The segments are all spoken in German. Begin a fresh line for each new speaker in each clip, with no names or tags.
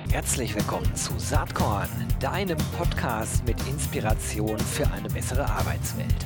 Herzlich willkommen zu Saatkorn, deinem Podcast mit Inspiration für eine bessere Arbeitswelt.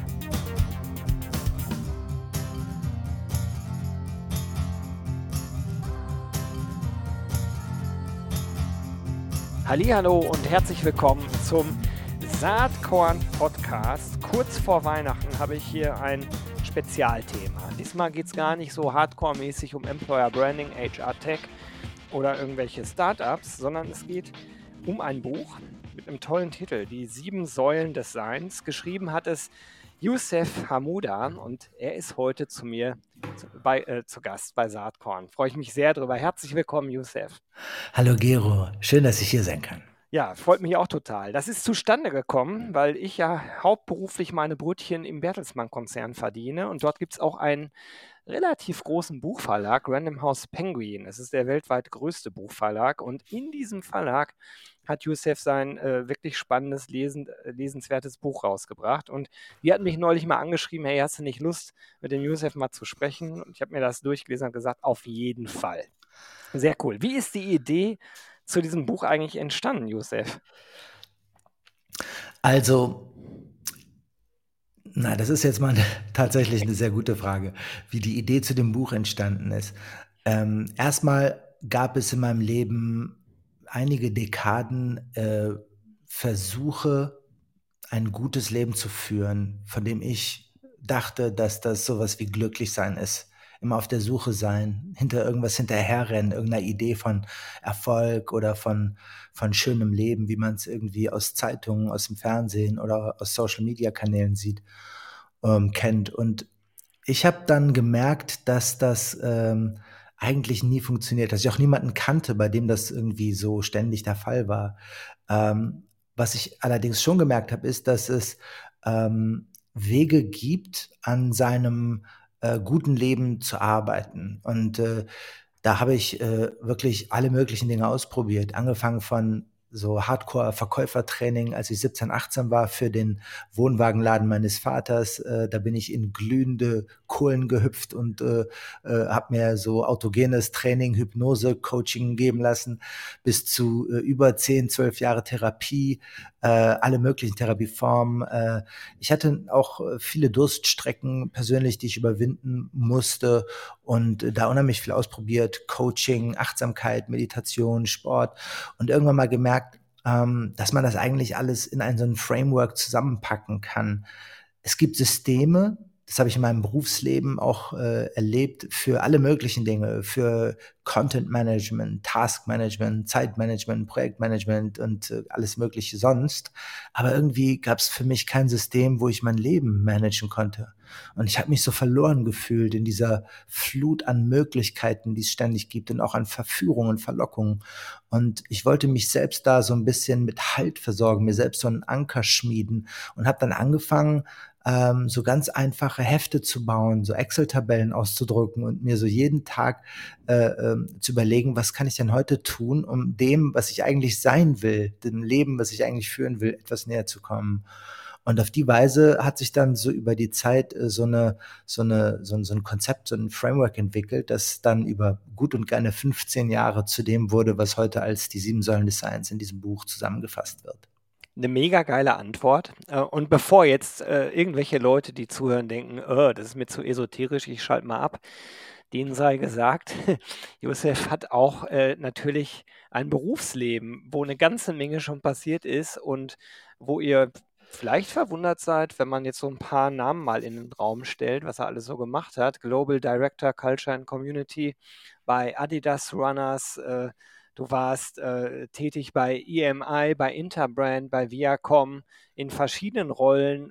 Hallihallo und herzlich willkommen zum Saatkorn Podcast. Kurz vor Weihnachten habe ich hier ein Spezialthema. Diesmal geht es gar nicht so hardcore-mäßig um Employer Branding, HR Tech oder irgendwelche Startups, sondern es geht um ein Buch mit einem tollen Titel, Die 7 Säulen des Seins. Geschrieben hat es Youssef Hamouda und er ist heute zu Gast bei Saatkorn. Freue ich mich sehr drüber. Herzlich willkommen, Youssef.
Hallo Gero, schön, dass ich hier sein kann.
Ja, freut mich auch total. Das ist zustande gekommen, weil ich ja hauptberuflich meine Brötchen im Bertelsmann-Konzern verdiene und dort gibt es auch einen relativ großen Buchverlag, Random House Penguin. Es ist der weltweit größte Buchverlag und in diesem Verlag hat Youssef sein wirklich spannendes, lesenswertes Buch rausgebracht und die hat mich neulich mal angeschrieben, hey, hast du nicht Lust, mit dem Youssef mal zu sprechen? Und ich habe mir das durchgelesen und gesagt, auf jeden Fall. Sehr cool. Wie ist die Idee zu diesem Buch eigentlich entstanden, Youssef?
Also, das ist jetzt mal tatsächlich eine sehr gute Frage, wie die Idee zu dem Buch entstanden ist. Erstmal gab es in meinem Leben einige Dekaden Versuche, ein gutes Leben zu führen, von dem ich dachte, dass das sowas wie glücklich sein ist. Immer auf der Suche sein, hinter irgendwas hinterherrennen, irgendeiner Idee von Erfolg oder von schönem Leben, wie man es irgendwie aus Zeitungen, aus dem Fernsehen oder aus Social-Media-Kanälen sieht, kennt. Und ich habe dann gemerkt, dass das eigentlich nie funktioniert, dass ich auch niemanden kannte, bei dem das irgendwie so ständig der Fall war. Was ich allerdings schon gemerkt habe, ist, dass es Wege gibt, an seinem guten Leben zu arbeiten. Und da habe ich wirklich alle möglichen Dinge ausprobiert, angefangen von so Hardcore-Verkäufertraining, als ich 17, 18 war, für den Wohnwagenladen meines Vaters. Da bin ich in glühende Kohlen gehüpft und habe mir so autogenes Training, Hypnose, Coaching geben lassen, bis zu über 10, 12 Jahre Therapie, alle möglichen Therapieformen. Ich hatte auch viele Durststrecken persönlich, die ich überwinden musste und da unheimlich viel ausprobiert. Coaching, Achtsamkeit, Meditation, Sport und irgendwann mal gemerkt, dass man das eigentlich alles in so ein Framework zusammenpacken kann. Es gibt Systeme, das habe ich in meinem Berufsleben auch erlebt, für alle möglichen Dinge, für Content Management, Task Management, Zeitmanagement, Projektmanagement und alles mögliche sonst. Aber irgendwie gab es für mich kein System, wo ich mein Leben managen konnte. Und ich habe mich so verloren gefühlt in dieser Flut an Möglichkeiten, die es ständig gibt und auch an Verführungen, Verlockungen. Und ich wollte mich selbst da so ein bisschen mit Halt versorgen, mir selbst so einen Anker schmieden und habe dann angefangen, so ganz einfache Hefte zu bauen, so Excel-Tabellen auszudrucken und mir so jeden Tag zu überlegen, was kann ich denn heute tun, um dem, was ich eigentlich sein will, dem Leben, was ich eigentlich führen will, etwas näher zu kommen. Und auf die Weise hat sich dann so über die Zeit so ein Konzept, so ein Framework entwickelt, das dann über gut und gerne 15 Jahre zu dem wurde, was heute als die 7 Säulen des Seins in diesem Buch zusammengefasst wird.
Eine mega geile Antwort. Und bevor jetzt irgendwelche Leute, die zuhören, denken, das ist mir zu esoterisch, ich schalte mal ab, denen sei gesagt, Josef hat auch natürlich ein Berufsleben, wo eine ganze Menge schon passiert ist und wo ihr vielleicht verwundert seid, wenn man jetzt so ein paar Namen mal in den Raum stellt, was er alles so gemacht hat. Global Director Culture and Community bei Adidas Runners, du warst tätig bei EMI, bei Interbrand, bei Viacom in verschiedenen Rollen,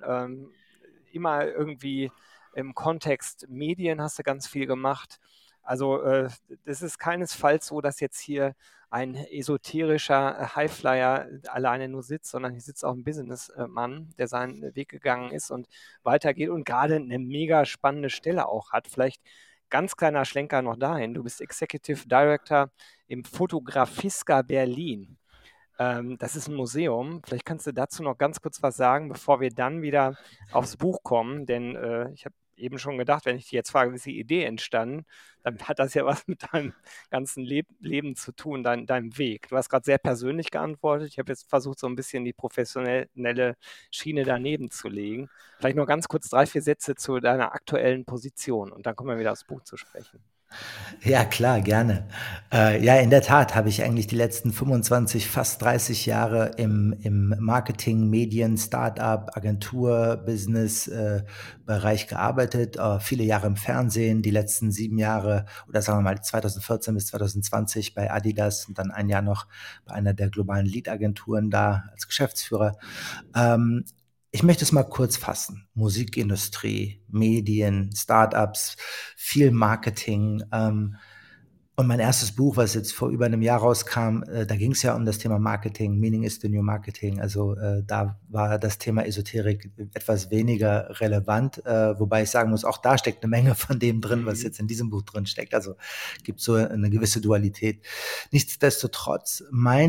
immer irgendwie im Kontext Medien hast du ganz viel gemacht. Also das ist keinesfalls so, dass jetzt hier ein esoterischer Highflyer alleine nur sitzt, sondern hier sitzt auch ein Businessmann, der seinen Weg gegangen ist und weitergeht und gerade eine mega spannende Stelle auch hat. Vielleicht ganz kleiner Schlenker noch dahin. Du bist Executive Director im Fotografiska Berlin. Das ist ein Museum. Vielleicht kannst du dazu noch ganz kurz was sagen, bevor wir dann wieder aufs Buch kommen, denn ich habe eben schon gedacht, wenn ich dich jetzt frage, wie ist die Idee entstanden, dann hat das ja was mit deinem ganzen Leben zu tun, deinem Weg. Du hast gerade sehr persönlich geantwortet. Ich habe jetzt versucht, so ein bisschen die professionelle Schiene daneben zu legen. Vielleicht noch ganz kurz 3, 4 Sätze zu deiner aktuellen Position und dann kommen wir wieder aufs Buch zu sprechen.
Ja, klar, gerne. Ja, in der Tat habe ich eigentlich die letzten 25, fast 30 Jahre im Marketing, Medien, Start-up, Agentur, Business Bereich gearbeitet. Viele Jahre im Fernsehen, die letzten 7 Jahre oder sagen wir mal 2014 bis 2020 bei Adidas und dann ein Jahr noch bei einer der globalen Lead-Agenturen da als Geschäftsführer. Ähm, Ich möchte es mal kurz fassen. Musikindustrie, Medien, Startups, viel Marketing. Und mein erstes Buch, was jetzt vor über einem Jahr rauskam, da ging es ja um das Thema Marketing. Meaning is the new Marketing. Also da war das Thema Esoterik etwas weniger relevant, wobei ich sagen muss, auch da steckt eine Menge von dem drin, was
Mhm.
jetzt in diesem Buch drin steckt. Also gibt so eine gewisse Dualität. Nichtsdestotrotz,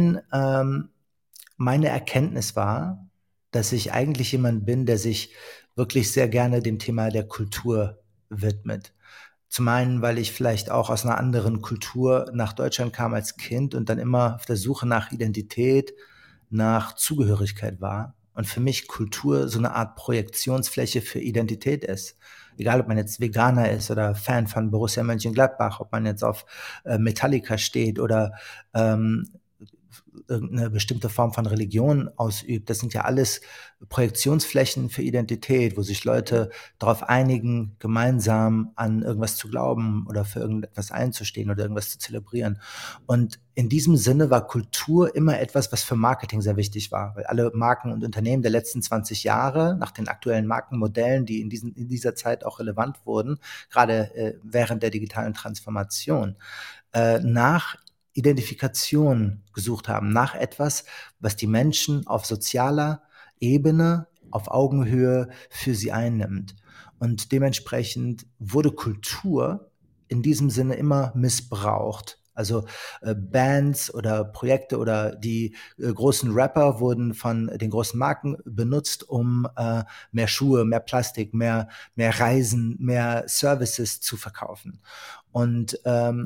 meine Erkenntnis war, dass ich eigentlich jemand bin, der sich wirklich sehr gerne dem Thema der Kultur widmet. Zum einen, weil ich vielleicht auch aus einer anderen Kultur nach Deutschland kam als Kind und dann immer auf der Suche nach Identität, nach Zugehörigkeit war. Und für mich Kultur so eine Art Projektionsfläche für Identität ist. Egal, ob man jetzt Veganer ist oder Fan von Borussia Mönchengladbach, ob man jetzt auf Metallica steht oder ähm, irgendeine bestimmte Form von Religion ausübt. Das sind ja alles Projektionsflächen für Identität, wo sich Leute darauf einigen, gemeinsam an irgendwas zu glauben oder für irgendetwas einzustehen oder irgendwas zu zelebrieren. Und in diesem Sinne war Kultur immer etwas, was für Marketing sehr wichtig war, weil alle Marken und Unternehmen der letzten 20 Jahre nach den aktuellen Markenmodellen, die in dieser Zeit auch relevant wurden, gerade während der digitalen Transformation, nach Identifikation gesucht haben, nach etwas, was die Menschen auf sozialer Ebene, auf Augenhöhe für sie einnimmt. Und dementsprechend wurde Kultur in diesem Sinne immer missbraucht. Also Bands oder Projekte oder die großen Rapper wurden von den großen Marken benutzt, um mehr Schuhe, mehr Plastik, mehr Reisen, mehr Services zu verkaufen. Und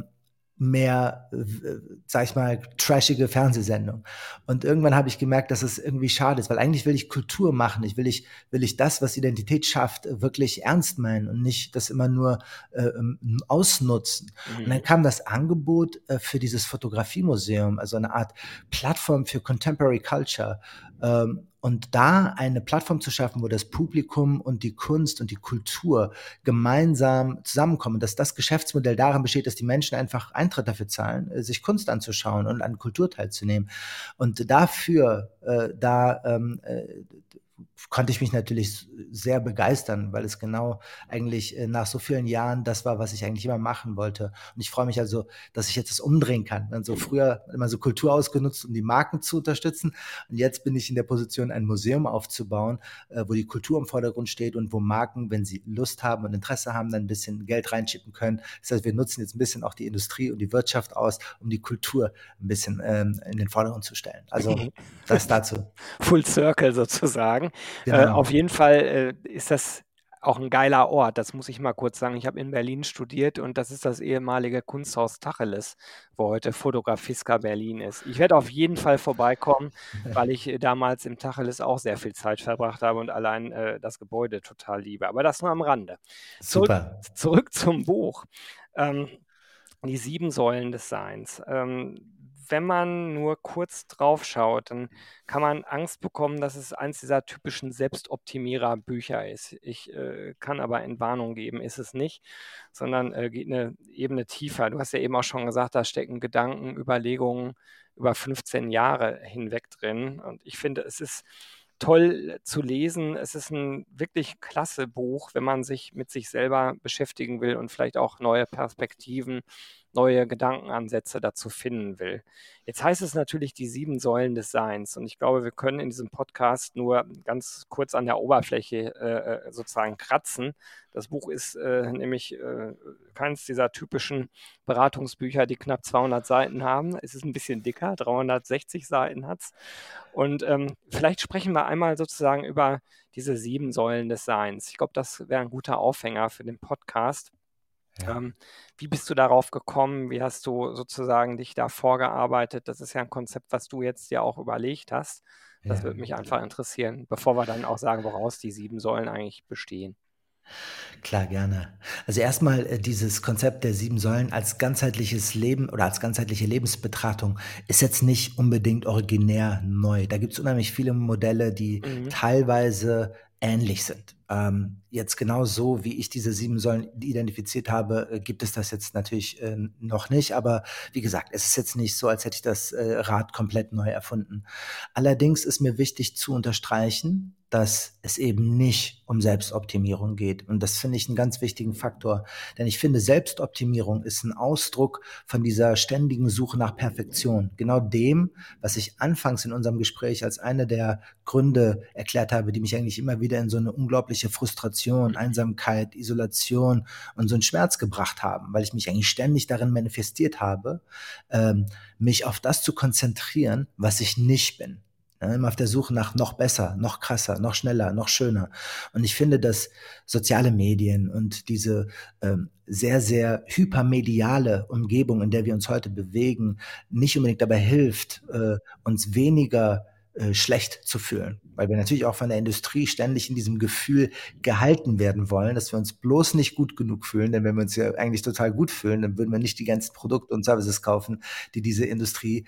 mehr, sag ich mal, trashige Fernsehsendung. Und irgendwann habe ich gemerkt, dass es irgendwie schade ist, weil eigentlich will ich Kultur machen. Will ich das, was Identität schafft, wirklich ernst meinen und nicht das immer nur ausnutzen. Und dann
Mhm.
kam das Angebot für dieses Fotografiemuseum, also eine Art Plattform für Contemporary Culture. Und da eine Plattform zu schaffen, wo das Publikum und die Kunst und die Kultur gemeinsam zusammenkommen, dass das Geschäftsmodell darin besteht, dass die Menschen einfach Eintritt dafür zahlen, sich Kunst anzuschauen und an Kultur teilzunehmen. Und dafür, konnte ich mich natürlich sehr begeistern, weil es genau eigentlich nach so vielen Jahren das war, was ich eigentlich immer machen wollte. Und ich freue mich also, dass ich jetzt das umdrehen kann. Also früher immer so Kultur ausgenutzt, um die Marken zu unterstützen. Und jetzt bin ich in der Position, ein Museum aufzubauen, wo die Kultur im Vordergrund steht und wo Marken, wenn sie Lust haben und Interesse haben, dann ein bisschen Geld reinschicken können. Das heißt, wir nutzen jetzt ein bisschen auch die Industrie und die Wirtschaft aus, um die Kultur ein bisschen in den Vordergrund zu stellen. Also das dazu.
Full Circle sozusagen. Auf
Genau.
jeden Fall ist das auch ein geiler Ort. Das muss ich mal kurz sagen. Ich habe in Berlin studiert und das ist das ehemalige Kunsthaus Tacheles, wo heute Fotografiska Berlin ist. Ich werde auf jeden Fall vorbeikommen, weil ich damals im Tacheles auch sehr viel Zeit verbracht habe und allein das Gebäude total liebe. Aber das nur am Rande. Zurück,
Super.
zurück zum Buch. Ähm, die 7 Säulen des Seins. Wenn man nur kurz drauf schaut, dann kann man Angst bekommen, dass es eins dieser typischen Selbstoptimierer-Bücher ist. Ich kann aber Entwarnung geben, ist es nicht, sondern geht eine Ebene tiefer. Du hast ja eben auch schon gesagt, da stecken Gedanken, Überlegungen über 15 Jahre hinweg drin. Und ich finde, es ist toll zu lesen. Es ist ein wirklich klasse Buch, wenn man sich mit sich selber beschäftigen will und vielleicht auch neue Perspektiven, neue Gedankenansätze dazu finden will. Jetzt heißt es natürlich die 7 Säulen des Seins. Und ich glaube, wir können in diesem Podcast nur ganz kurz an der Oberfläche sozusagen kratzen. Das Buch ist nämlich keines dieser typischen Beratungsbücher, die knapp 200 Seiten haben. Es ist ein bisschen dicker, 360 Seiten hat es. Und vielleicht sprechen wir einmal sozusagen über diese 7 Säulen des Seins. Ich glaube, das wäre ein guter Aufhänger für den Podcast.
Ja,
Wie bist du darauf gekommen? Wie hast du sozusagen dich da vorgearbeitet? Das ist ja ein Konzept, was du jetzt ja auch überlegt hast. Das
ja.
würde mich einfach interessieren, bevor wir dann auch sagen, woraus die 7 Säulen eigentlich bestehen.
Klar, gerne. Also erstmal dieses Konzept der 7 Säulen als ganzheitliches Leben oder als ganzheitliche Lebensbetrachtung ist jetzt nicht unbedingt originär neu. Da gibt's unheimlich viele Modelle, die
Mhm.
teilweise ähnlich sind. Jetzt genau so, wie ich diese 7 Säulen identifiziert habe, gibt es das jetzt natürlich noch nicht. Aber wie gesagt, es ist jetzt nicht so, als hätte ich das Rad komplett neu erfunden. Allerdings ist mir wichtig zu unterstreichen, dass es eben nicht um Selbstoptimierung geht. Und das finde ich einen ganz wichtigen Faktor. Denn ich finde, Selbstoptimierung ist ein Ausdruck von dieser ständigen Suche nach Perfektion. Genau dem, was ich anfangs in unserem Gespräch als eine der Gründe erklärt habe, die mich eigentlich immer wieder in so eine unglaubliche Frustration, Einsamkeit, Isolation und so einen Schmerz gebracht haben, weil ich mich eigentlich ständig darin manifestiert habe, mich auf das zu konzentrieren, was ich nicht bin. Ja, immer auf der Suche nach noch besser, noch krasser, noch schneller, noch schöner. Und ich finde, dass soziale Medien und diese sehr, sehr hypermediale Umgebung, in der wir uns heute bewegen, nicht unbedingt dabei hilft, uns weniger schlecht zu fühlen. Weil wir natürlich auch von der Industrie ständig in diesem Gefühl gehalten werden wollen, dass wir uns bloß nicht gut genug fühlen. Denn wenn wir uns ja eigentlich total gut fühlen, dann würden wir nicht die ganzen Produkte und Services kaufen, die diese Industrie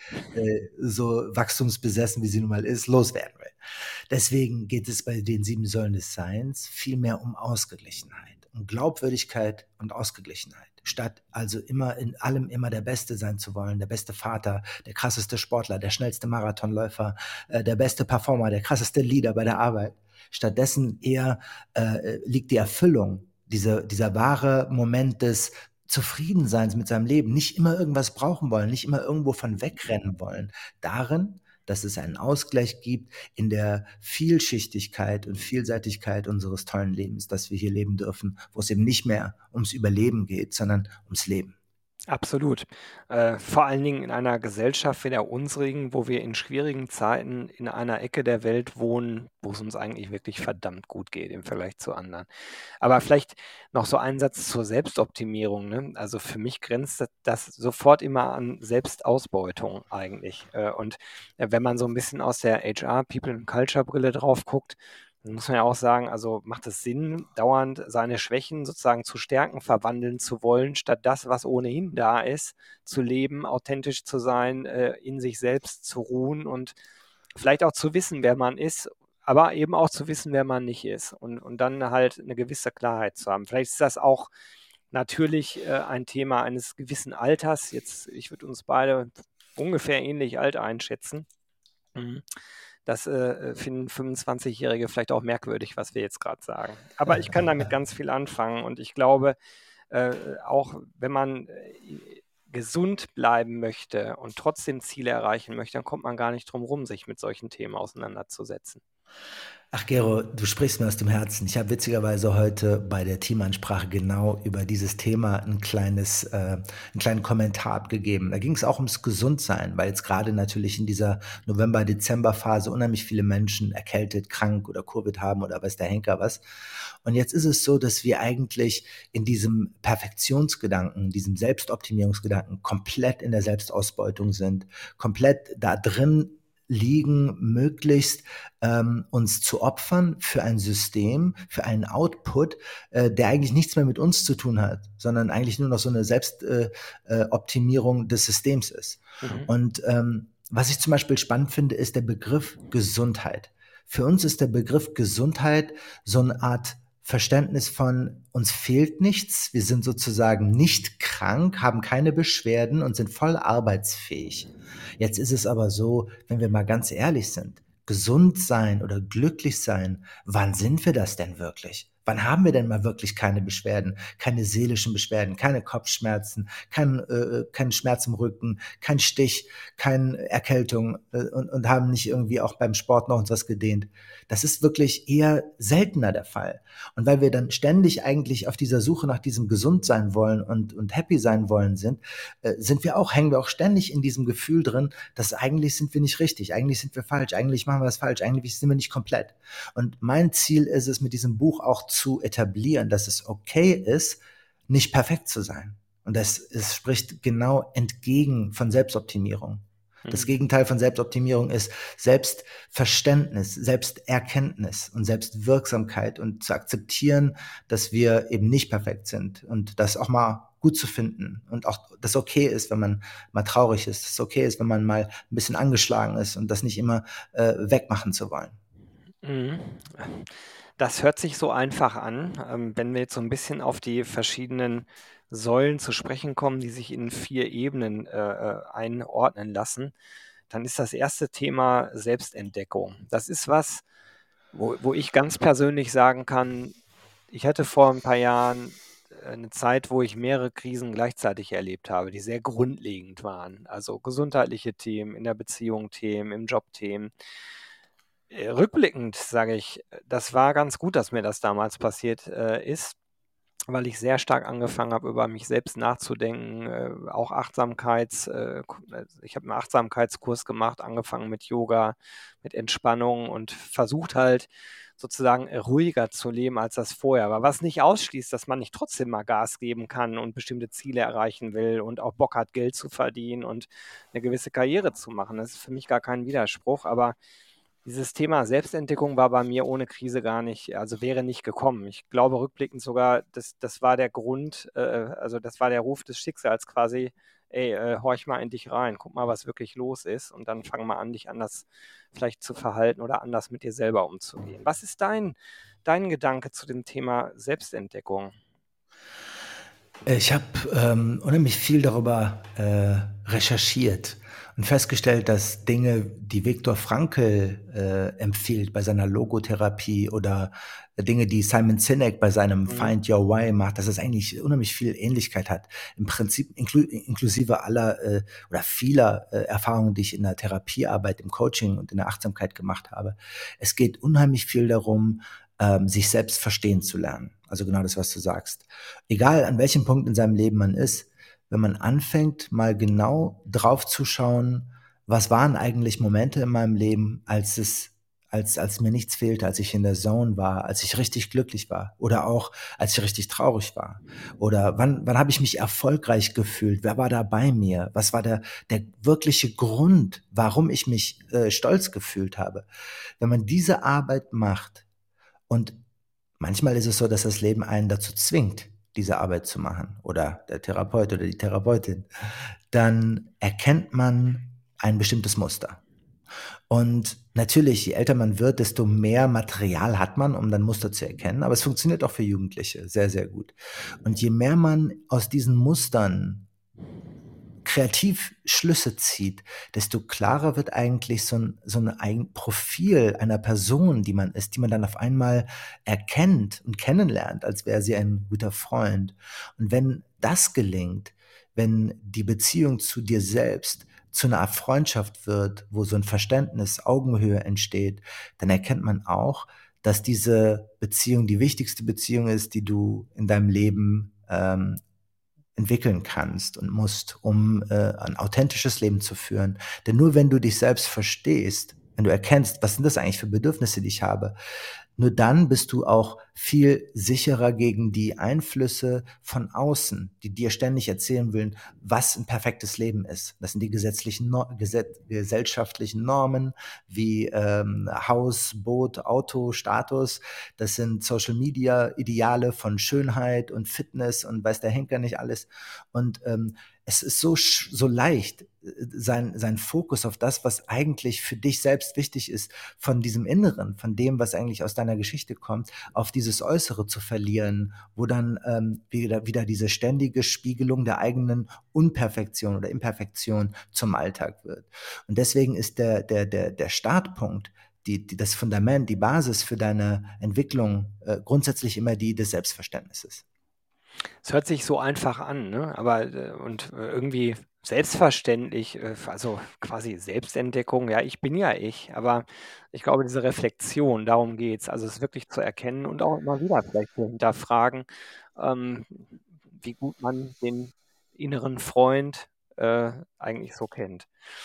so wachstumsbesessen, wie sie nun mal ist, loswerden will. Deswegen geht es bei den 7 Säulen des Seins vielmehr um Ausgeglichenheit, um Glaubwürdigkeit und Ausgeglichenheit. Statt also immer in allem immer der Beste sein zu wollen, der beste Vater, der krasseste Sportler, der schnellste Marathonläufer, der beste Performer, der krasseste Leader bei der Arbeit. Stattdessen eher liegt die Erfüllung, dieser wahre Moment des Zufriedenseins mit seinem Leben, nicht immer irgendwas brauchen wollen, nicht immer irgendwo von wegrennen wollen, darin, dass es einen Ausgleich gibt in der Vielschichtigkeit und Vielseitigkeit unseres tollen Lebens, das wir hier leben dürfen, wo es eben nicht mehr ums Überleben geht, sondern ums Leben.
Absolut. Vor allen Dingen in einer Gesellschaft wie der unsrigen, wo wir in schwierigen Zeiten in einer Ecke der Welt wohnen, wo es uns eigentlich wirklich verdammt gut geht im Vergleich zu anderen. Aber vielleicht noch so ein Satz zur Selbstoptimierung, ne? Also für mich grenzt das sofort immer an Selbstausbeutung eigentlich. Und wenn man so ein bisschen aus der HR, People and Culture Brille drauf guckt, dann muss man ja auch sagen, also macht es Sinn, dauernd seine Schwächen sozusagen zu Stärken verwandeln zu wollen, statt das, was ohnehin da ist, zu leben, authentisch zu sein, in sich selbst zu ruhen und vielleicht auch zu wissen, wer man ist, aber eben auch zu wissen, wer man nicht ist und dann halt eine gewisse Klarheit zu haben. Vielleicht ist das auch natürlich ein Thema eines gewissen Alters. Jetzt, ich würde uns beide ungefähr ähnlich alt einschätzen. Mhm. Das finden 25-Jährige vielleicht auch merkwürdig, was wir jetzt gerade sagen. Aber ich kann damit ganz viel anfangen und ich glaube, auch wenn man gesund bleiben möchte und trotzdem Ziele erreichen möchte, dann kommt man gar nicht drum rum, sich mit solchen Themen auseinanderzusetzen.
Ach, Gero, du sprichst mir aus dem Herzen. Ich habe witzigerweise heute bei der Teamansprache genau über dieses Thema einen kleinen Kommentar abgegeben. Da ging es auch ums Gesundsein, weil jetzt gerade natürlich in dieser November-Dezember-Phase unheimlich viele Menschen erkältet, krank oder Covid haben oder weiß der Henker was. Und jetzt ist es so, dass wir eigentlich in diesem Perfektionsgedanken, diesem Selbstoptimierungsgedanken komplett in der Selbstausbeutung sind, komplett da drin liegen, möglichst uns zu opfern für ein System, für einen Output, der eigentlich nichts mehr mit uns zu tun hat, sondern eigentlich nur noch so eine Selbstoptimierung des Systems ist.
Mhm.
Und was ich zum Beispiel spannend finde, ist der Begriff Gesundheit. Für uns ist der Begriff Gesundheit so eine Art Verständnis von uns fehlt nichts, wir sind sozusagen nicht krank, haben keine Beschwerden und sind voll arbeitsfähig. Jetzt ist es aber so, wenn wir mal ganz ehrlich sind, gesund sein oder glücklich sein, wann sind wir das denn wirklich? Wann haben wir denn mal wirklich keine Beschwerden, keine seelischen Beschwerden, keine Kopfschmerzen, keinen Schmerz im Rücken, kein Stich, keine Erkältung und haben nicht irgendwie auch beim Sport noch uns was gedehnt? Das ist wirklich eher seltener der Fall. Und weil wir dann ständig eigentlich auf dieser Suche nach diesem gesund sein wollen und happy sein wollen hängen wir auch ständig in diesem Gefühl drin, dass eigentlich sind wir nicht richtig, eigentlich sind wir falsch, eigentlich machen wir was falsch, eigentlich sind wir nicht komplett. Und mein Ziel ist es, mit diesem Buch auch zu etablieren, dass es okay ist, nicht perfekt zu sein. Und es spricht genau entgegen von Selbstoptimierung. Das
Mhm.
Gegenteil von Selbstoptimierung ist Selbstverständnis, Selbsterkenntnis und Selbstwirksamkeit und zu akzeptieren, dass wir eben nicht perfekt sind und das auch mal gut zu finden und auch das okay ist, wenn man mal traurig ist, das okay ist, wenn man mal ein bisschen angeschlagen ist und das nicht immer wegmachen zu wollen.
Mhm. Das hört sich so einfach an. Wenn wir jetzt so ein bisschen auf die verschiedenen Säulen zu sprechen kommen, die sich in 4 Ebenen, einordnen lassen, dann ist das erste Thema Selbstentdeckung. Das ist was, wo ich ganz persönlich sagen kann, ich hatte vor ein paar Jahren, 'ne Zeit, wo ich mehrere Krisen gleichzeitig erlebt habe, die sehr grundlegend waren. Also, gesundheitliche Themen, in der Beziehung Themen, im Job Themen. Rückblickend sage ich, das war ganz gut, dass mir das damals passiert, ist, weil ich sehr stark angefangen habe, über mich selbst nachzudenken, auch ich habe 'n Achtsamkeitskurs gemacht, angefangen mit Yoga, mit Entspannung und versucht halt sozusagen, ruhiger zu leben, als das vorher war. Was nicht ausschließt, dass man nicht trotzdem mal Gas geben kann und bestimmte Ziele erreichen will und auch Bock hat, Geld zu verdienen und eine gewisse Karriere zu machen. Das ist für mich gar kein Widerspruch, aber dieses Thema Selbstentdeckung war bei mir ohne Krise gar nicht, also wäre nicht gekommen. Ich glaube rückblickend sogar, das war der Grund, also das war der Ruf des Schicksals quasi: „Ey, horch mal in dich rein, guck mal, was wirklich los ist und dann fang mal an, dich anders vielleicht zu verhalten oder anders mit dir selber umzugehen.“ Was ist dein Gedanke zu dem Thema Selbstentdeckung?
Ich habe unheimlich viel darüber recherchiert und festgestellt, dass Dinge, die Viktor Frankl empfiehlt bei seiner Logotherapie oder Dinge, die Simon Sinek bei seinem
Mhm,
Find Your Why macht, dass es eigentlich unheimlich viel Ähnlichkeit hat. Im Prinzip inklusive aller oder vieler Erfahrungen, die ich in der Therapiearbeit, im Coaching und in der Achtsamkeit gemacht habe. Es geht unheimlich viel darum, sich selbst verstehen zu lernen. Also genau das, was du sagst. Egal an welchem Punkt in seinem Leben man ist, wenn man anfängt, mal genau drauf zu schauen, was waren eigentlich Momente in meinem Leben, als mir nichts fehlte, als ich in der Zone war, als ich richtig glücklich war oder auch als ich richtig traurig war oder wann habe ich mich erfolgreich gefühlt, wer war da bei mir, was war der wirkliche Grund, warum ich mich stolz gefühlt habe. Wenn man diese Arbeit macht und manchmal ist es so, dass das Leben einen dazu zwingt, diese Arbeit zu machen oder der Therapeut oder die Therapeutin, dann erkennt man ein bestimmtes Muster. Und natürlich, je älter man wird, desto mehr Material hat man, um dann Muster zu erkennen. Aber es funktioniert auch für Jugendliche sehr, sehr gut. Und je mehr man aus diesen Mustern kreativ Schlüsse zieht, desto klarer wird eigentlich so ein Profil einer Person, die man ist, die man dann auf einmal erkennt und kennenlernt, als wäre sie ein guter Freund. Und wenn das gelingt, wenn die Beziehung zu dir selbst zu einer Art Freundschaft wird, wo so ein Verständnis, Augenhöhe entsteht, dann erkennt man auch, dass diese Beziehung die wichtigste Beziehung ist, die du in deinem Leben entwickeln kannst und musst, um ein authentisches Leben zu führen. Denn nur wenn du dich selbst verstehst, wenn du erkennst, was sind das eigentlich für Bedürfnisse, die ich habe, nur dann bist du auch viel sicherer gegen die Einflüsse von außen, die dir ständig erzählen wollen, was ein perfektes Leben ist. Das sind die gesellschaftlichen Normen wie Haus, Boot, Auto, Status. Das sind Social-Media-Ideale von Schönheit und Fitness und weiß der Henker nicht alles. Und es ist so leicht, sein Fokus auf das, was eigentlich für dich selbst wichtig ist, von diesem Inneren, von dem, was eigentlich aus deiner Geschichte kommt, auf dieses Äußere zu verlieren, wo dann wieder diese ständige Spiegelung der eigenen Unperfektion oder Imperfektion zum Alltag wird. Und deswegen ist der Startpunkt das Fundament, die Basis für deine Entwicklung grundsätzlich immer die des Selbstverständnisses.
Es hört sich so einfach an, ne? Aber irgendwie selbstverständlich, also quasi Selbstentdeckung, ja, ich bin ja ich, aber ich glaube, diese Reflexion, darum geht's, also es wirklich zu erkennen und auch immer wieder vielleicht zu hinterfragen, ähm, wie gut man den inneren Freund eigentlich so kennt.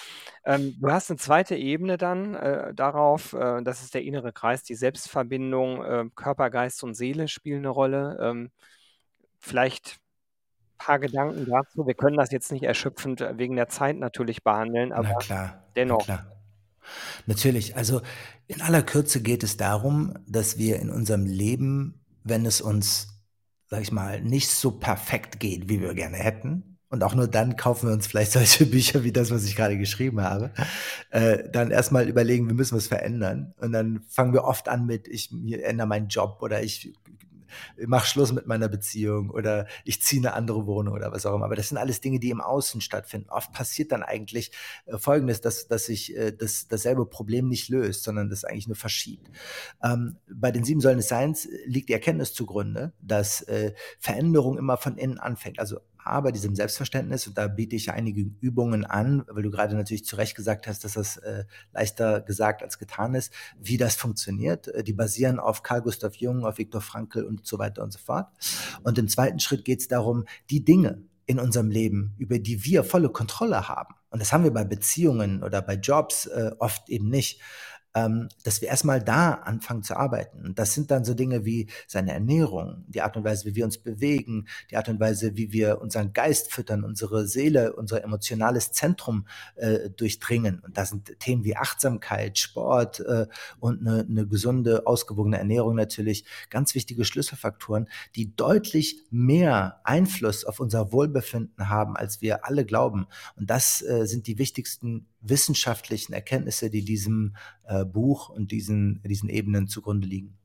Du hast eine zweite Ebene dann darauf, das ist der innere Kreis, die Selbstverbindung, Körper, Geist und Seele spielen eine Rolle. Vielleicht paar Gedanken dazu. Wir können das jetzt nicht erschöpfend wegen der Zeit natürlich behandeln,
Na
aber
klar, na
dennoch.
klar. Natürlich, also in aller Kürze geht es darum, dass wir in unserem Leben, wenn es uns, sag ich mal, nicht so perfekt geht, wie wir gerne hätten, und auch nur dann kaufen wir uns vielleicht solche Bücher wie das, was ich gerade geschrieben habe, dann erstmal überlegen, wir müssen was verändern. Und dann fangen wir oft an mit, ich ändere meinen Job oder ich mache Schluss mit meiner Beziehung oder ich ziehe eine andere Wohnung oder was auch immer. Aber das sind alles Dinge, die im Außen stattfinden. Oft passiert dann eigentlich Folgendes, dass sich dasselbe Problem nicht löst, sondern das eigentlich nur verschiebt. Bei den 7 Säulen des Seins liegt die Erkenntnis zugrunde, dass Veränderung immer von innen anfängt. Also A, bei diesem Selbstverständnis, und da biete ich einige Übungen an, weil du gerade natürlich zu Recht gesagt hast, dass das leichter gesagt als getan ist, wie das funktioniert. Die basieren auf Carl Gustav Jung, auf Viktor Frankl und so weiter und so fort. Und im zweiten Schritt geht es darum, die Dinge in unserem Leben, über die wir volle Kontrolle haben, und das haben wir bei Beziehungen oder bei Jobs oft eben nicht, dass wir erstmal da anfangen zu arbeiten. Und das sind dann so Dinge wie seine Ernährung, die Art und Weise, wie wir uns bewegen, die Art und Weise, wie wir unseren Geist füttern, unsere Seele, unser emotionales Zentrum durchdringen. Und da sind Themen wie Achtsamkeit, Sport und eine gesunde, ausgewogene Ernährung natürlich ganz wichtige Schlüsselfaktoren, die deutlich mehr Einfluss auf unser Wohlbefinden haben, als wir alle glauben. Und das sind die wichtigsten wissenschaftlichen Erkenntnisse, die diesem Buch und diesen Ebenen zugrunde liegen.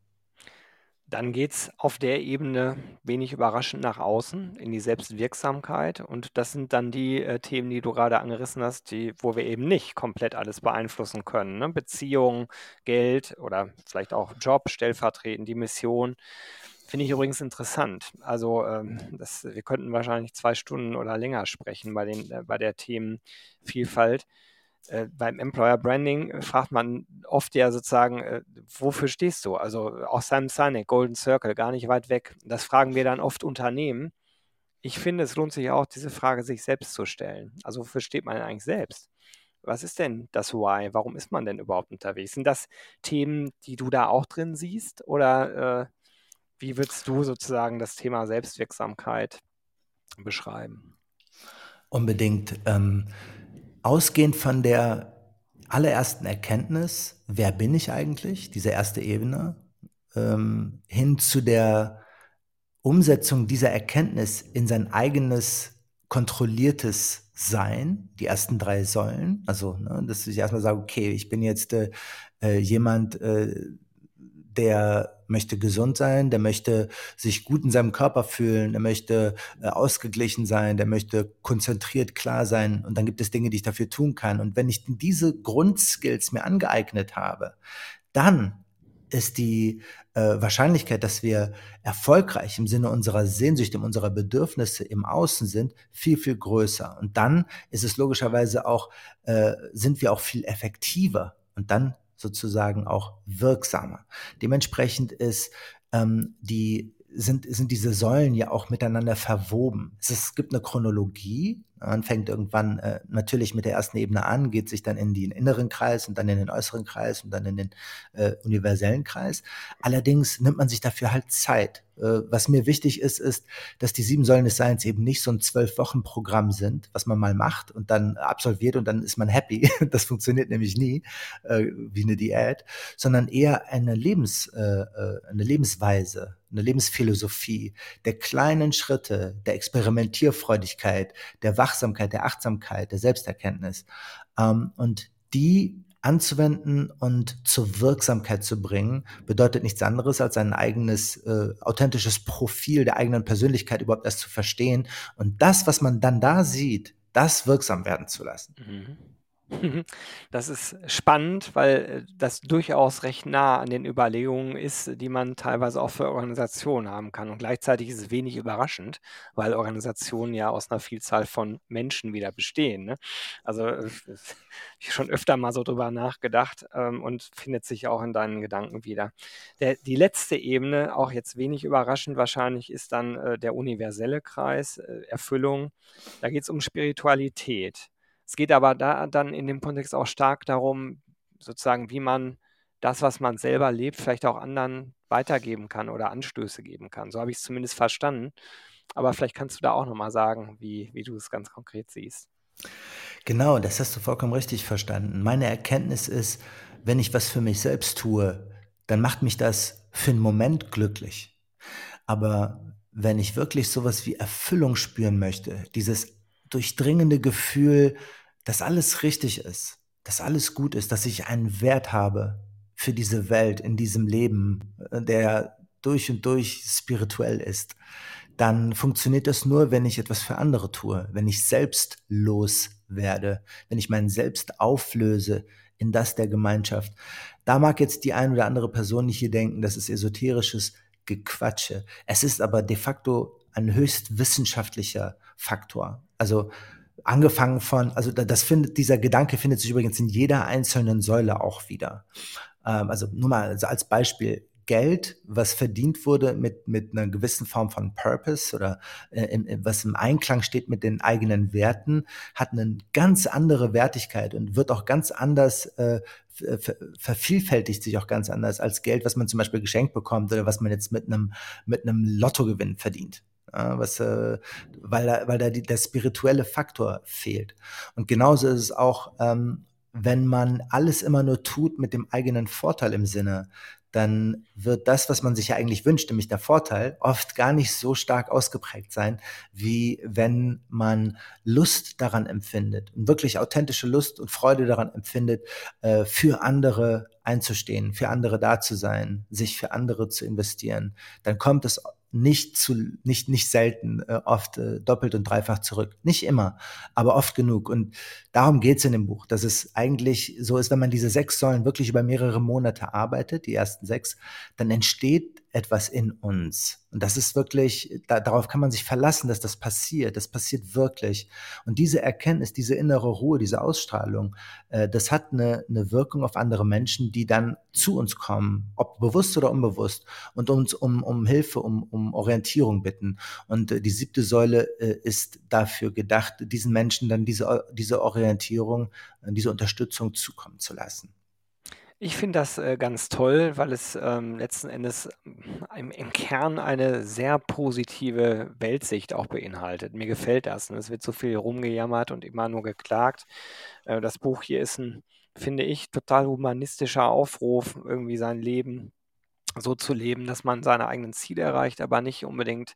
Dann geht's auf der Ebene wenig überraschend nach außen in die Selbstwirksamkeit. Und das sind dann die Themen, die du gerade angerissen hast, wo wir eben nicht komplett alles beeinflussen können. Ne? Beziehung, Geld oder vielleicht auch Job, stellvertretend die Mission. Finde ich übrigens interessant. Also wir könnten wahrscheinlich 2 Stunden oder länger sprechen bei der Themenvielfalt. Beim Employer Branding fragt man oft ja sozusagen, wofür stehst du? Also auch Simon Sinek, Golden Circle, gar nicht weit weg. Das fragen wir dann oft Unternehmen. Ich finde, es lohnt sich auch, diese Frage sich selbst zu stellen. Also wofür steht man denn eigentlich selbst? Was ist denn das Why? Warum ist man denn überhaupt unterwegs? Sind das Themen, die du da auch drin siehst? Oder wie würdest du sozusagen das Thema Selbstwirksamkeit beschreiben?
Unbedingt. Ausgehend von der allerersten Erkenntnis, wer bin ich eigentlich, diese erste Ebene, hin zu der Umsetzung dieser Erkenntnis in sein eigenes kontrolliertes Sein, die ersten 3 Säulen, also dass ich erstmal sage, okay, ich bin jetzt jemand, der möchte gesund sein, der möchte sich gut in seinem Körper fühlen, der möchte ausgeglichen sein, der möchte konzentriert klar sein, und dann gibt es Dinge, die ich dafür tun kann. Und wenn ich diese Grundskills mir angeeignet habe, dann ist die Wahrscheinlichkeit, dass wir erfolgreich im Sinne unserer Sehnsüchte, unserer Bedürfnisse im Außen sind, viel, viel größer. Und dann ist es logischerweise auch, sind wir auch viel effektiver und dann sozusagen auch wirksamer. Dementsprechend sind diese Säulen ja auch miteinander verwoben. Es gibt eine Chronologie. Man fängt irgendwann natürlich mit der ersten Ebene an, geht sich dann in den inneren Kreis und dann in den äußeren Kreis und dann in den universellen Kreis. Allerdings nimmt man sich dafür halt Zeit. Was mir wichtig ist, dass die 7 Säulen des Seins eben nicht so ein 12-Wochen-Programm sind, was man mal macht und dann absolviert und dann ist man happy. Das funktioniert nämlich nie, wie eine Diät, sondern eher eine Lebensweise, eine Lebensphilosophie der kleinen Schritte, der Experimentierfreudigkeit, der Wachsamkeit, der Achtsamkeit, der Selbsterkenntnis. Und die anzuwenden und zur Wirksamkeit zu bringen, bedeutet nichts anderes, als ein eigenes, authentisches Profil der eigenen Persönlichkeit überhaupt erst zu verstehen und das, was man dann da sieht, das wirksam werden zu lassen.
Mhm. Das ist spannend, weil das durchaus recht nah an den Überlegungen ist, die man teilweise auch für Organisationen haben kann. Und gleichzeitig ist es wenig überraschend, weil Organisationen ja aus einer Vielzahl von Menschen wieder bestehen. Ne? Also ich schon öfter mal so drüber nachgedacht und findet sich auch in deinen Gedanken wieder. Die letzte Ebene, auch jetzt wenig überraschend wahrscheinlich, ist dann der universelle Kreis, Erfüllung. Da geht es um Spiritualität. Es geht aber da dann in dem Kontext auch stark darum, sozusagen, wie man das, was man selber lebt, vielleicht auch anderen weitergeben kann oder Anstöße geben kann. So habe ich es zumindest verstanden. Aber vielleicht kannst du da auch nochmal sagen, wie du es ganz konkret siehst.
Genau, das hast du vollkommen richtig verstanden. Meine Erkenntnis ist, wenn ich was für mich selbst tue, dann macht mich das für einen Moment glücklich. Aber wenn ich wirklich sowas wie Erfüllung spüren möchte, dieses durchdringende Gefühl, dass alles richtig ist, dass alles gut ist, dass ich einen Wert habe für diese Welt, in diesem Leben, der durch und durch spirituell ist, dann funktioniert das nur, wenn ich etwas für andere tue, wenn ich selbstlos werde, wenn ich mein Selbst auflöse in das der Gemeinschaft. Da mag jetzt die ein oder andere Person nicht hier denken, das ist esoterisches Gequatsche. Es ist aber de facto ein höchst wissenschaftlicher Faktor. Also angefangen von, also dieser Gedanke findet sich übrigens in jeder einzelnen Säule auch wieder. Also nur mal also als Beispiel. Geld, was verdient wurde mit einer gewissen Form von Purpose oder was im Einklang steht mit den eigenen Werten, hat eine ganz andere Wertigkeit und wird auch ganz anders, vervielfältigt sich auch ganz anders als Geld, was man zum Beispiel geschenkt bekommt oder was man jetzt mit einem Lottogewinn verdient. Ja, weil da der spirituelle Faktor fehlt. Und genauso ist es auch, wenn man alles immer nur tut mit dem eigenen Vorteil im Sinne, dann wird das, was man sich ja eigentlich wünscht, nämlich der Vorteil, oft gar nicht so stark ausgeprägt sein, wie wenn man Lust daran empfindet und wirklich authentische Lust und Freude daran empfindet, für andere einzustehen, für andere da zu sein, sich für andere zu investieren. Dann kommt es nicht selten, oft doppelt und dreifach zurück. Nicht immer, aber oft genug. Und darum geht's in dem Buch, dass es eigentlich so ist, wenn man diese 6 Säulen wirklich über mehrere Monate arbeitet, die ersten 6, dann entsteht etwas in uns. Und das ist wirklich, darauf kann man sich verlassen, dass das passiert. Das passiert wirklich. Und diese Erkenntnis, diese innere Ruhe, diese Ausstrahlung, das hat eine Wirkung auf andere Menschen, die dann zu uns kommen, ob bewusst oder unbewusst, und uns um Hilfe, um Orientierung bitten. Und die 7. Säule ist dafür gedacht, diesen Menschen dann diese Orientierung, diese Unterstützung zukommen zu lassen.
Ich finde das ganz toll, weil es letzten Endes im Kern eine sehr positive Weltsicht auch beinhaltet. Mir gefällt das. Ne? Es wird so viel rumgejammert und immer nur geklagt. Das Buch hier ist ein, finde ich, total humanistischer Aufruf, irgendwie sein Leben so zu leben, dass man seine eigenen Ziele erreicht, aber nicht unbedingt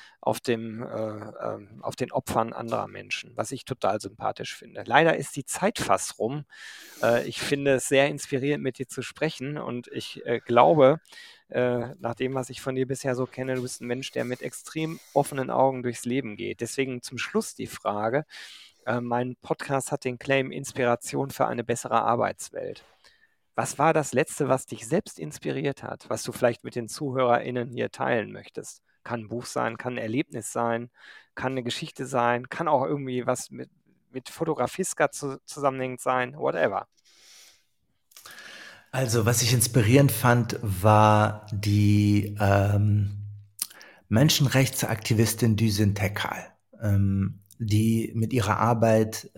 auf den Opfern anderer Menschen, was ich total sympathisch finde. Leider ist die Zeit fast rum. Ich finde es sehr inspirierend, mit dir zu sprechen und ich glaube, nach dem, was ich von dir bisher so kenne, du bist ein Mensch, der mit extrem offenen Augen durchs Leben geht. Deswegen zum Schluss die Frage, mein Podcast hat den Claim Inspiration für eine bessere Arbeitswelt. Was war das Letzte, was dich selbst inspiriert hat, was du vielleicht mit den ZuhörerInnen hier teilen möchtest? Kann ein Buch sein, kann ein Erlebnis sein, kann eine Geschichte sein, kann auch irgendwie was mit Fotografiska zusammenhängend sein, whatever.
Also, was ich inspirierend fand, war die Menschenrechtsaktivistin Düsen Tekal, die mit ihrer Arbeit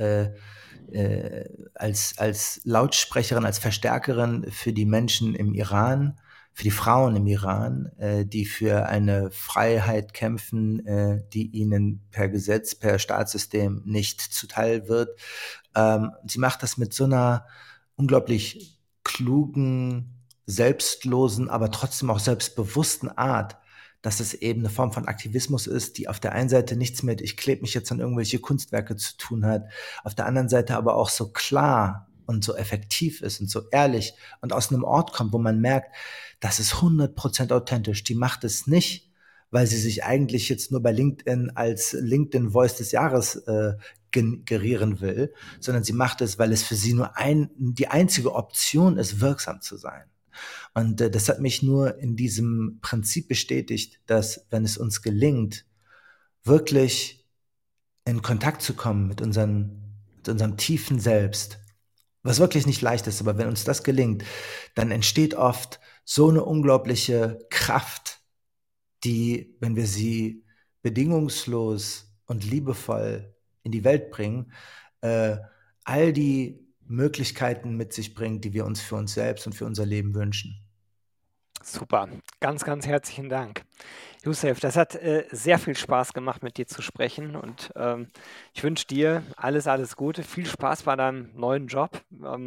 als Lautsprecherin, als Verstärkerin für die Menschen im Iran, für die Frauen im Iran, die für eine Freiheit kämpfen, die ihnen per Gesetz, per Staatssystem nicht zuteil wird. Sie macht das mit so einer unglaublich klugen, selbstlosen, aber trotzdem auch selbstbewussten Art, dass es eben eine Form von Aktivismus ist, die auf der einen Seite nichts mit „ich klebe mich jetzt an irgendwelche Kunstwerke" zu tun hat, auf der anderen Seite aber auch so klar und so effektiv ist und so ehrlich und aus einem Ort kommt, wo man merkt, das ist 100% authentisch. Die macht es nicht, weil sie sich eigentlich jetzt nur bei LinkedIn als LinkedIn Voice des Jahres gerieren will, sondern sie macht es, weil es für sie nur die einzige Option ist, wirksam zu sein. Und das hat mich nur in diesem Prinzip bestätigt, dass wenn es uns gelingt, wirklich in Kontakt zu kommen mit unserem tiefen Selbst, was wirklich nicht leicht ist, aber wenn uns das gelingt, dann entsteht oft so eine unglaubliche Kraft, die, wenn wir sie bedingungslos und liebevoll in die Welt bringen, all die Möglichkeiten mit sich bringt, die wir uns für uns selbst und für unser Leben wünschen.
Super, ganz, ganz herzlichen Dank. Youssef, das hat sehr viel Spaß gemacht, mit dir zu sprechen und ich wünsche dir alles, alles Gute, viel Spaß bei deinem neuen Job,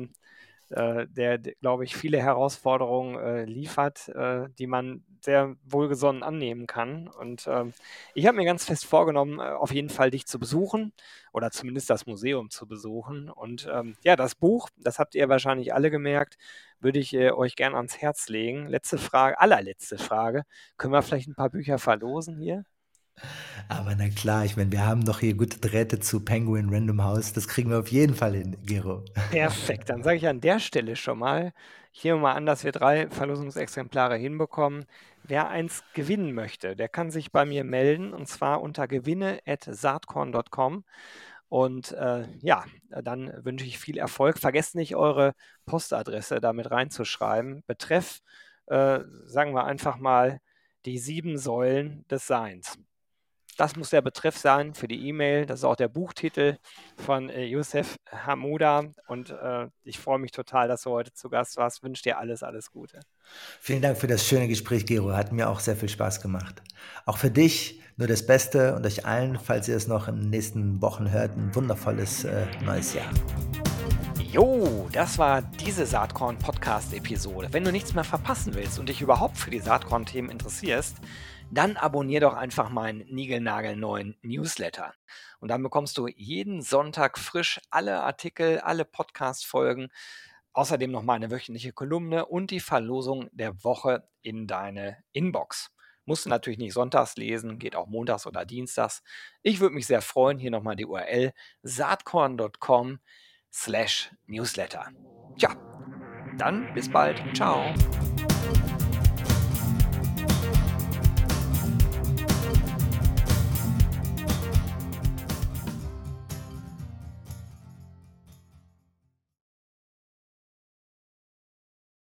der, glaube ich, viele Herausforderungen liefert, die man sehr wohlgesonnen annehmen kann. Und ich habe mir ganz fest vorgenommen, auf jeden Fall dich zu besuchen oder zumindest das Museum zu besuchen. Und ja, das Buch, das habt ihr wahrscheinlich alle gemerkt, würde ich euch gerne ans Herz legen. Letzte Frage, allerletzte Frage. Können wir vielleicht ein paar Bücher verlosen hier?
Aber na klar, ich meine, wir haben doch hier gute Drähte zu Penguin Random House. Das kriegen wir auf jeden Fall hin, Gero.
Perfekt, dann sage ich an der Stelle schon mal, ich nehme mal an, dass wir 3 Verlosungsexemplare hinbekommen. Wer eins gewinnen möchte, der kann sich bei mir melden und zwar unter gewinne@saatkorn.com. Und ja, dann wünsche ich viel Erfolg. Vergesst nicht, eure Postadresse damit reinzuschreiben. Betreff, sagen wir einfach mal, die 7 Säulen des Seins. Das muss der Betreff sein für die E-Mail. Das ist auch der Buchtitel von Youssef Hamouda. Und ich freue mich total, dass du heute zu Gast warst. Wünsche dir alles, alles Gute.
Vielen Dank für das schöne Gespräch, Gero. Hat mir auch sehr viel Spaß gemacht. Auch für dich nur das Beste und euch allen, falls ihr es noch in den nächsten Wochen hört, ein wundervolles neues Jahr.
Jo, das war diese Saatkorn-Podcast-Episode. Wenn du nichts mehr verpassen willst und dich überhaupt für die Saatkorn-Themen interessierst, dann abonnier doch einfach meinen niegelnagelneuen Newsletter. Und dann bekommst du jeden Sonntag frisch alle Artikel, alle Podcast-Folgen, außerdem noch meine wöchentliche Kolumne und die Verlosung der Woche in deine Inbox. Musst du natürlich nicht sonntags lesen, geht auch montags oder dienstags. Ich würde mich sehr freuen, hier nochmal die URL saatkorn.com/Newsletter. Tja, dann bis bald. Ciao.